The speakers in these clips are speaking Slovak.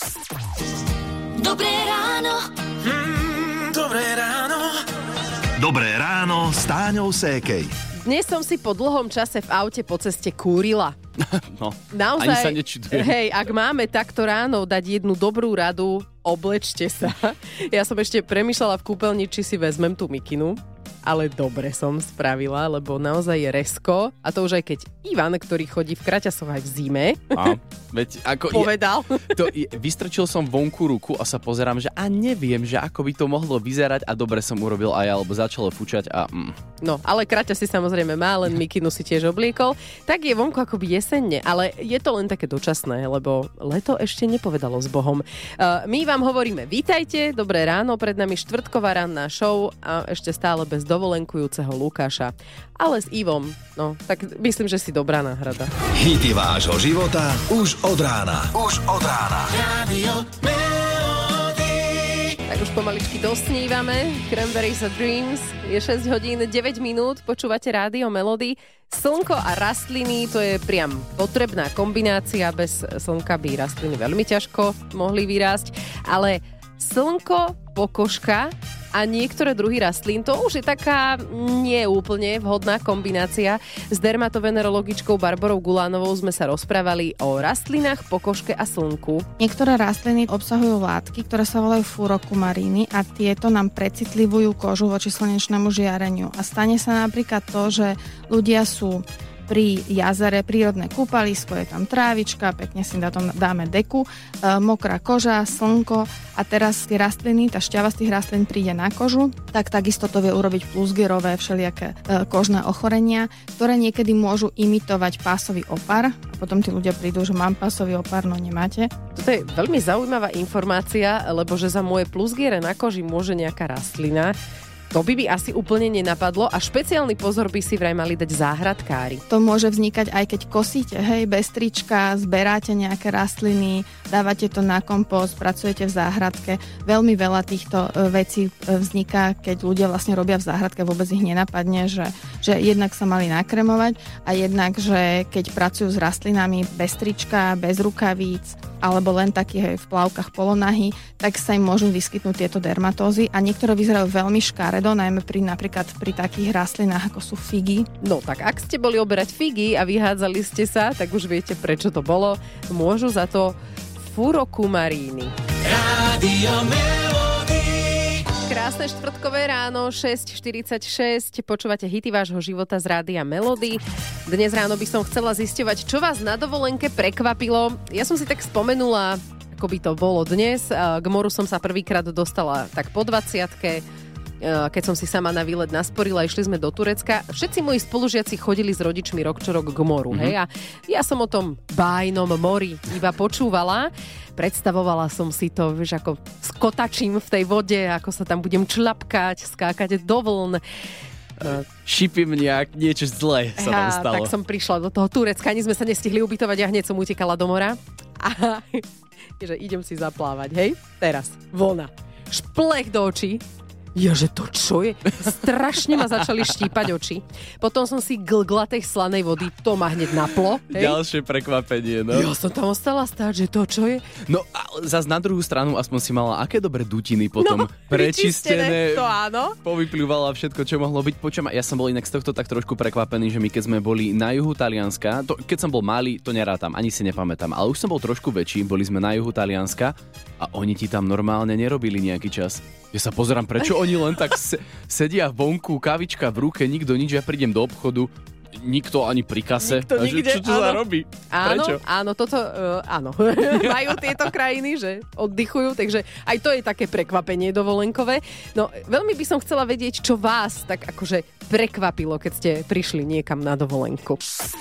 Dobré ráno. Dobré ráno. Dobré ráno s Táňou Sékej. Dnes som si po dlhom čase v aute po ceste kúrila. No, Naozaj, ani sa nečudujem. hej, ak máme takto ráno dať jednu dobrú radu, oblečte sa. Ja som ešte premýšľala v kúpeľni, či si vezmem tú mikinu, ale dobre som spravila, lebo naozaj je resko. A to už aj keď Ivan, ktorý chodí v kraťasoch aj v zime, Veď ako povedal. Vystrčil som vonku ruku a sa pozerám, že neviem, že ako by to mohlo vyzerať a dobre som urobil aj ja, lebo začalo fúčať a... No, ale kraťa si samozrejme má, len mikinu si tiež obliekol. Tak je vonku akoby jesenne, ale je to len také dočasné, lebo leto ešte nepovedalo s Bohom. My vám hovoríme vítajte, dobré ráno, pred nami štvrtková ranná show a ešte stále bez dovolenkujúceho Lukáša. Ale s Ivom, no, tak myslím, že si dobrá náhrada. Hity vášho života už od rána. Už od rána. Radio Melody. Tak už pomaličky dosnívame. Cranberries a Dreams. Je 6 hodín 9 minút. Počúvate Rádio Melody. Slnko a rastliny, to je priam potrebná kombinácia. Bez slnka by rastliny veľmi ťažko mohli vyrásť. Ale slnko, pokožka a niektoré druhy rastlín, to už je taká nie úplne vhodná kombinácia. S dermatovenerologičkou Barborou Gulánovou sme sa rozprávali o rastlinách, pokožke a slnku. Niektoré rastliny obsahujú látky, ktoré sa volajú furokumaríny a tieto nám precitlivujú kožu voči slnečnému žiareniu. A stane sa napríklad to, že ľudia sú pri jazere, prírodné kúpalisko, je tam trávička, pekne si na tom dáme deku, mokrá koža, slnko a teraz tie rastliny, tá šťava z tých rastlín príde na kožu, tak takisto to vie urobiť plusgerové všelijaké kožné ochorenia, ktoré niekedy môžu imitovať pásový opar a potom tí ľudia prídu, že mám pásový opar, no nemáte. Toto je veľmi zaujímavá informácia, lebo že za moje plusgiere na koži môže nejaká rastlina. To by asi úplne nenapadlo a špeciálny pozor by si vraj mali dať záhradkári. To môže vznikať aj keď kosíte, hej, bez trička, zberáte nejaké rastliny, dávate to na kompost, pracujete v záhradke. Veľmi veľa týchto vecí vzniká, keď ľudia vlastne robia v záhradke, vôbec ich nenapadne, že jednak sa mali nakremovať a jednak, že keď pracujú s rastlinami bez trička, bez rukavíc, alebo len takých v plavkách polonahy, tak sa im môžu vyskytnúť tieto dermatózy a niektoré vyzerajú veľmi škaredo, najmä napríklad pri takých rastlinách, ako sú figy. No tak ak ste boli oberať figy a vyhádzali ste sa, tak už viete, prečo to bolo. Môžu za to furokumaríny. Radio Melody. Krásne štvrtkové ráno, 6:46. Počúvate hity vášho života z Rádia Melody. Dnes ráno by som chcela zisťovať, čo vás na dovolenke prekvapilo. Ja som si tak spomenula, ako by to bolo dnes. K moru som sa prvýkrát dostala tak po 20-ke. Keď som si sama na výlet nasporila, išli sme do Turecka. Všetci moji spolužiaci chodili s rodičmi rok čo rok k moru. Hej? A ja som o tom bájnom mori iba počúvala. Predstavovala som si to, vieš, ako skotačím v tej vode, ako sa tam budem čľapkať, skákať do vln. Šipím niečo zlé sa tam stalo. Tak som prišla do toho Turecka, ani sme sa nestihli ubytovať, ja hneď som utekala do mora. A že idem si zaplávať, hej? Teraz, vlna. Šplech do očí. Jože to čo je? Strašne ma začali štípať oči. Potom som si glgla tej slanej vody, to ma hneď naplo. Hej? Ďalšie prekvapenie, no. Ja som tam ostala stáť, že to čo je? No a zas na druhú stranu aspoň si mala aké dobré dutiny potom. Prečistené, to áno. povyplúvala všetko, čo mohlo byť. Počujem, ja som bol inak z tohto tak trošku prekvapený, že my keď sme boli na juhu Talianska, keď som bol malý, to nerátam, ani si nepamätám, ale už som bol trošku väčší, boli sme na juhu Talianska a oni ti tam normálne nerobili nejaký čas. Ja sa pozerám, prečo oni len tak sedia vonku, kávička v ruke, nikto nič, ja prídem do obchodu, nikto ani pri kase. Nikto nikde, čo sa robí? Prečo? Áno, toto, áno. Majú tieto krajiny, že oddychujú, takže aj to je také prekvapenie dovolenkové. No, veľmi by som chcela vedieť, čo vás tak akože prekvapilo, keď ste prišli niekam na dovolenku.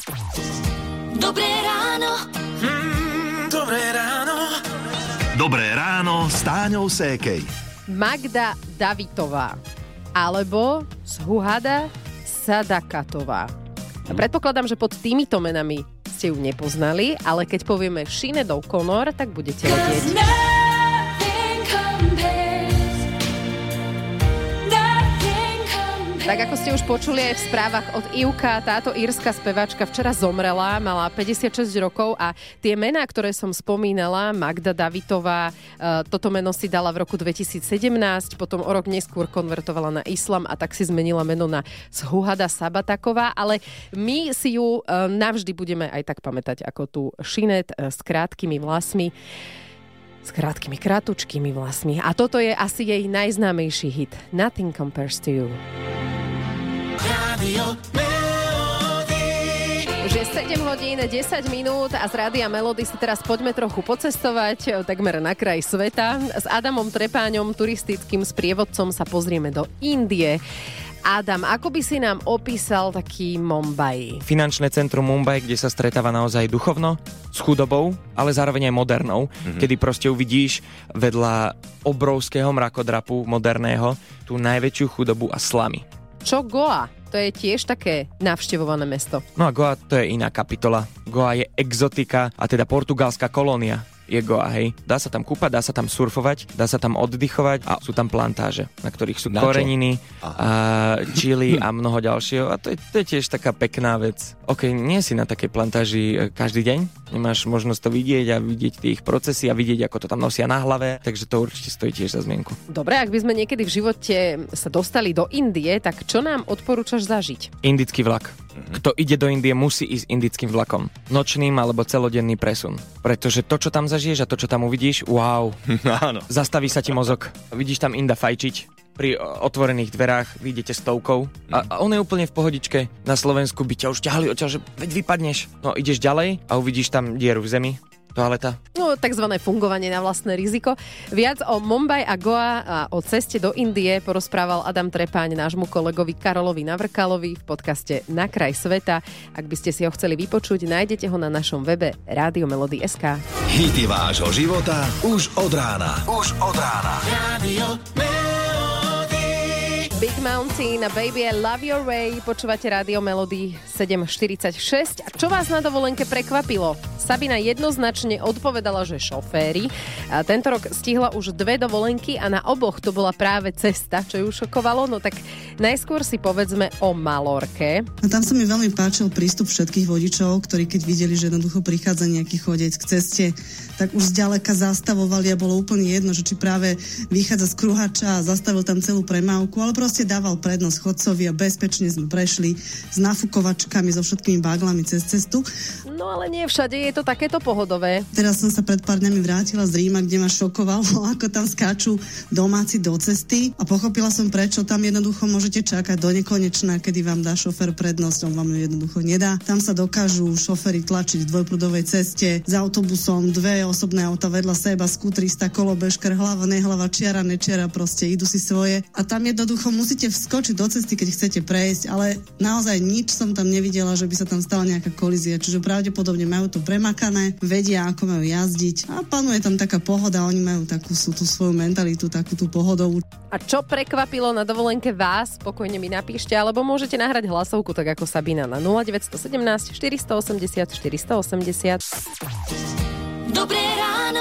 Dobré ráno. Dobré ráno. Dobré ráno s Táňou Sékej. Magda Davitová alebo Zhuhada Sadakatová. Predpokladám, že pod týmito menami ste ju nepoznali, ale keď povieme Sinéad O'Connor, tak budete vedieť. Tak ako ste už počuli aj v správach od Ivka, táto írska speváčka včera zomrela, mala 56 rokov a tie mená, ktoré som spomínala, Magda Davidová, toto meno si dala v roku 2017, potom o rok neskôr konvertovala na islam a tak si zmenila meno na Shuhada Sabataková, ale my si ju navždy budeme aj tak pamätať ako tú Sinead s krátkými vlasmi. S krátkými, krátučkými vlasmi. A toto je asi jej najznámejší hit. Nothing Compares to You. Rádio Melody. Už je 7 hodín, 10 minút a z Rádia Melody si teraz poďme trochu pocestovať, takmer na kraj sveta. S Adamom Trepáňom, turistickým sprievodcom, sa pozrieme do Indie. Adam, ako by si nám opísal taký Mumbai? Finančné centrum Mumbai, kde sa stretáva naozaj duchovno, s chudobou, ale zároveň aj modernou, kedy proste uvidíš vedľa obrovského mrakodrapu moderného tú najväčšiu chudobu a slamy. Čo Goa? To je tiež také navštevované mesto. No a Goa to je iná kapitola. Goa je exotika a teda portugalská kolónia. Je Goa, hej. Dá sa tam kúpať, dá sa tam surfovať, dá sa tam oddychovať a sú tam plantáže, na ktorých sú koreniny, čili a mnoho ďalšieho. A to je tiež taká pekná vec. OK, nie si na takej plantáži každý deň, nemáš možnosť to vidieť a vidieť tie ich procesy a vidieť, ako to tam nosia na hlave, takže to určite stojí tiež za zmienku. Dobre, ak by sme niekedy v živote sa dostali do Indie, tak čo nám odporúčaš zažiť? Indický vlak. Kto ide do Indie, musí ísť indickým vlakom. Nočným alebo celodenný presun. Pretože to, čo tam zažiješ a to, čo tam uvidíš, wow. Áno. Zastaví sa ti mozog. Vidíš tam Inda fajčiť. Pri otvorených dverách vyjdete s toukou. A on je úplne v pohodičke. Na Slovensku by ťa už ťahali odtiaľ, že veď vypadneš. No ideš ďalej a uvidíš tam dieru v zemi. Toaleta. No, takzvané fungovanie na vlastné riziko. Viac o Mumbai a Goa a o ceste do Indie porozprával Adam Trepáň nášmu kolegovi Karolovi Navrkalovi v podcaste Na kraj sveta. Ak by ste si ho chceli vypočuť, nájdete ho na našom webe radiomelody.sk. Hity vášho života už od rána. Rádio Melody. Big Mountain a Baby I Love Your Way. Počúvate Rádio Melody 7.46. A čo vás na dovolenke prekvapilo? Sabina jednoznačne odpovedala, že šoféri. A tento rok stihla už 2 dovolenky a na oboch to bola práve cesta, čo ju šokovalo. No tak najskôr si povedzme o Malorke. A tam sa mi veľmi páčil prístup všetkých vodičov, ktorí keď videli, že jednoducho prichádza nejaký chodec k ceste, tak už zďaleka zastavovali a bolo úplne jedno, že či práve vychádza z kruhača a zastavil tam celú premávku, ale proste dával prednosť chodcovi a bezpečne sme prešli s nafukovačkami, so všetkými baglami cez cestu. No ale nie všade je to takéto pohodové. Teraz som sa pred pár dňami vrátila z Ríma, kde ma šokovalo, ako tam skáču domáci do cesty a pochopila som, prečo tam jednoducho môžete čakať do nekonečna, kedy vám dá šofér prednosť, on vám ju jednoducho nedá. Tam sa dokážu šoféri tlačiť v dvojprúdovej ceste s autobusom, 2 osobné auta vedľa seba, skutrista, kolobežkar, hlava, nehlava, čiara, nečiara, proste idú si svoje. A tam jednoducho musíte vskočiť do cesty, keď chcete prejsť, ale naozaj nič som tam nevidela, že by sa tam stala nejaká kolízia, čiže pravdepodobne majú to premakané, vedia, ako majú jazdiť a panuje tam taká pohoda, oni majú takú tú svoju mentalitu, takú tú pohodovú. A čo prekvapilo na dovolenke vás? Pokojne mi napíšte, alebo môžete nahrať hlasovku tak ako Sabina na 0917 480 480. Dobré ráno.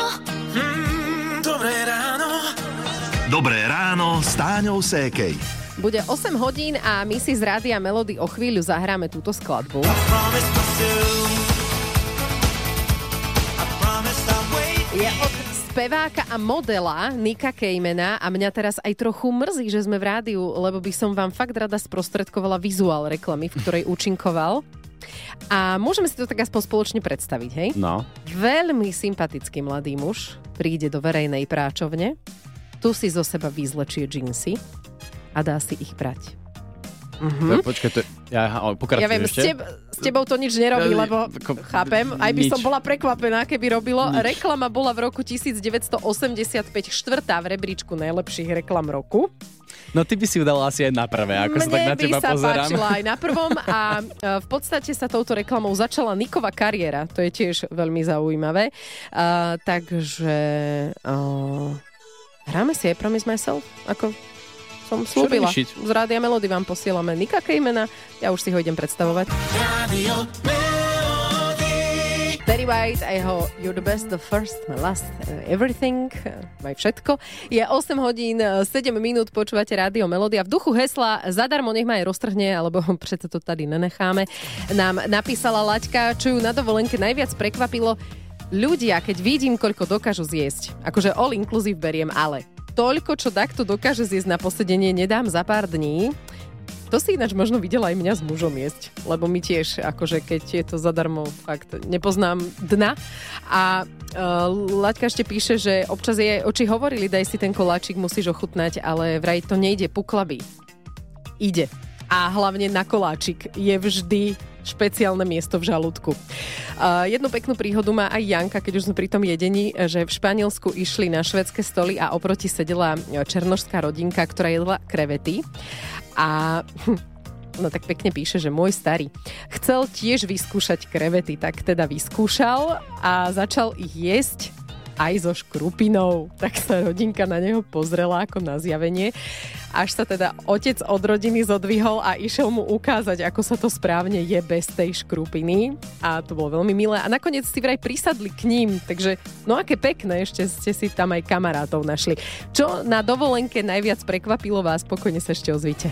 Dobré ráno. Dobré ráno s Táňou Sékej. Bude 8 hodín a my si z Rádia Melody o chvíľu zahráme túto skladbu. Je od speváka a modela Nika Kejmena a mňa teraz aj trochu mrzí, že sme v rádiu, lebo by som vám fakt rada sprostredkovala vizuál reklamy, v ktorej účinkoval. A môžeme si to tak aspoň spoločne predstaviť, hej? No. Veľmi sympatický mladý muž príde do verejnej práčovne, tu si zo seba vyzlečie džínsy a dá si ich prať. Počkaj, to pokračuj ja viem, ešte. s tebou to nič nerobí, lebo chápem, aj by som bola prekvapená, keby robilo. Reklama bola v roku 1985 štvrtá v rebríčku najlepších reklam roku. No ty by si ju dala asi aj na prvé, ako sa tak na teba pozerám. Mne by sa páčila aj na prvom a v podstate sa touto reklamou začala Nikova kariéra. To je tiež veľmi zaujímavé. Takže hráme si I Promise Myself, ako som slúbila. Z Rádia Melody vám posielame Nika Kejmena. Ja už si ho idem predstavovať. Rádio Melody. Perry White a jeho You're the best, the first, my last, everything, my všetko. Je 8 hodín, 7 minút, počúvate Rádio Melody a v duchu hesla zadarmo nech ma aj roztrhne, alebo preto to tady nenecháme. Nám napísala Laďka, čo ju na dovolenke najviac prekvapilo. Ľudia, keď vidím, koľko dokážu zjesť, akože all inclusive beriem, ale toľko, čo takto dokáže zjesť na posedenie, nedám za pár dní. To si ináč možno videla aj mňa s mužom jesť, lebo my tiež, akože keď je to zadarmo, fakt nepoznám dna. A Laďka ešte píše, že občas jej oči hovorili, daj si ten koláčik, musíš ochutnať, ale vraj to nejde, puklaby. Ide. A hlavne na koláčik je vždy špeciálne miesto v žalúdku. Jednu peknú príhodu má aj Janka, keď už sme pri tom jedení, že v Španielsku išli na švédske stoly a oproti sedela černošská rodinka, ktorá jedla krevety. A ona tak pekne píše, že môj starý chcel tiež vyskúšať krevety, tak teda vyskúšal a začal ich jesť aj so škrupinou. Tak sa rodinka na neho pozrela ako na zjavenie, až sa teda otec od rodiny zodvihol a išiel mu ukázať, ako sa to správne je bez tej škrupiny. A to bolo veľmi milé. A nakoniec si vraj prisadli k ním, takže no aké pekné, ešte ste si tam aj kamarátov našli. Čo na dovolenke najviac prekvapilo vás, pokojne sa ešte ozvíte.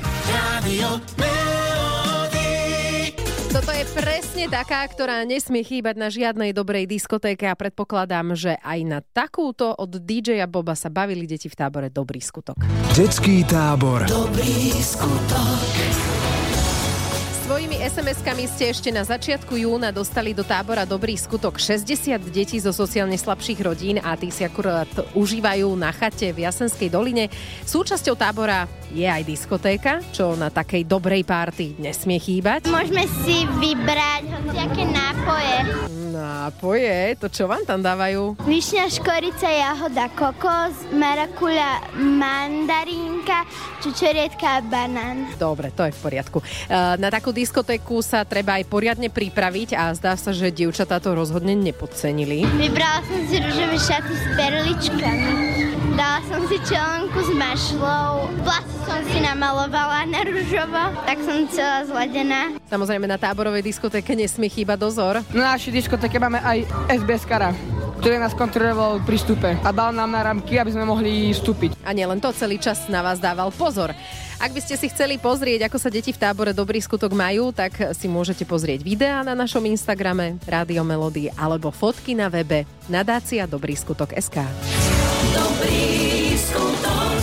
Toto je presne taká, ktorá nesmie chýbať na žiadnej dobrej diskotéke a predpokladám, že aj na takúto od DJ-a Boba sa bavili deti v tábore Dobrý skutok. Detský tábor Dobrý skutok. Svojimi SMS-kami ste ešte na začiatku júna dostali do tábora Dobrý skutok 60 detí zo sociálne slabších rodín a tí si akurát užívajú na chate v Jasenskej doline. Súčasťou tábora je aj diskotéka, čo na takej dobrej party nesmie chýbať. Môžeme si vybrať hociaké nápoje. Nápoje? To čo vám tam dávajú? Višňa, škorica, jahoda, kokos, marakuľa, mandarínka, čučorietka a banán. Dobre, to je v poriadku. Na takú diskotéku sa treba aj poriadne pripraviť a zdá sa, že dievčatá to rozhodne nepodcenili. Vybrala som si ružové šaty s perličkami. Dala som si čelenku s mašľou. Vlasy som si namalovala na ružovo, tak som celá zladená. Samozrejme na táborovej diskotéke nesmie chýbať dozor. Na našej diskotéke máme aj SBS-kara, ktorý nás kontroloval pri vstupe a dal nám na ramky, aby sme mohli vstúpiť. A nielen to, celý čas na vás dával pozor. Ak by ste si chceli pozrieť, ako sa deti v tábore Dobrý skutok majú, tak si môžete pozrieť videá na našom Instagrame Rádio Melody alebo fotky na webe nadácia Dobrý skutok.sk. Dobrý skutok.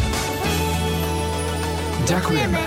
Ďakujeme.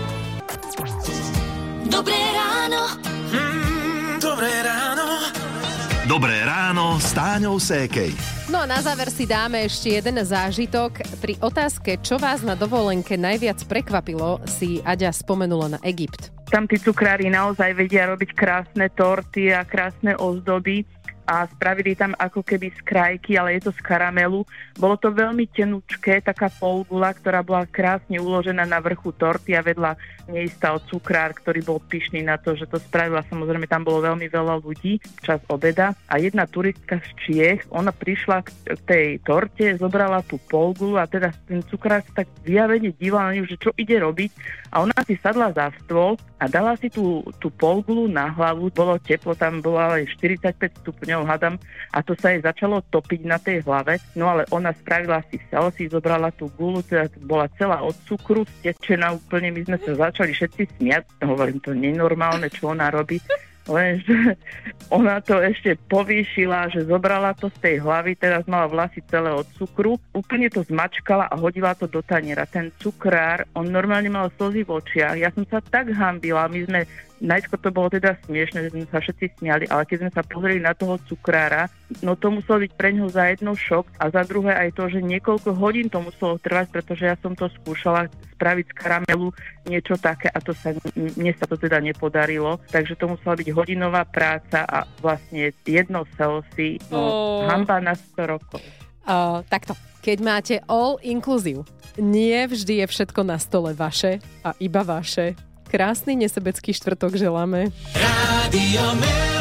Dobré ráno. Dobré ráno. Dobré ráno s Táňou Sékej. No a na záver si dáme ešte jeden zážitok. Pri otázke, čo vás na dovolenke najviac prekvapilo, si Aďa spomenula na Egypt. Tam tí cukrári naozaj vedia robiť krásne torty a krásne ozdoby a spravili tam ako keby z krajky, ale je to z karamelu. Bolo to veľmi tenučké, taká polgula, ktorá bola krásne uložená na vrchu torty a vedľa nej stal cukrár, ktorý bol pyšný na to, že to spravila. Samozrejme, tam bolo veľmi veľa ľudí čas obeda a jedna turistka z Čiech, ona prišla k tej torte, zobrala tú polgulu a teda ten cukrár sa tak vyjavene díval na ňu, že čo ide robiť a ona si sadla za stôl a dala si tú polgulu na hlavu, bolo teplo, tam bolo aj 45 stupňov, hadam, a to sa jej začalo topiť na tej hlave, no ale ona spravila si selfie, zobrala tú gulu, teda bola celá od cukru, stečená úplne, my sme sa začali všetci smiať, hovorím, to nenormálne, čo ona robí, lenže ona to ešte povýšila, že zobrala to z tej hlavy, teraz mala vlasy celé od cukru, úplne to zmačkala a hodila to do taniera. Ten cukrár, on normálne mal slzy v očiach, ja som sa tak hanbila, my sme najskôr to bolo teda smiešne, že sme sa všetci smiali, ale keď sme sa pozreli na toho cukrára, no to muselo byť pre ňoho za jedno šok a za druhé aj to, že niekoľko hodín to muselo trvať, pretože ja som to skúšala spraviť z karamelu niečo také a to sa, mne sa to teda nepodarilo, takže to musela byť hodinová práca a vlastne jedno selfie, no hanba na 100 rokov. Takto, keď máte all inclusive, nie vždy je všetko na stole vaše a iba vaše. Krásny nesebecký štvrtok želáme. Rádio Melody.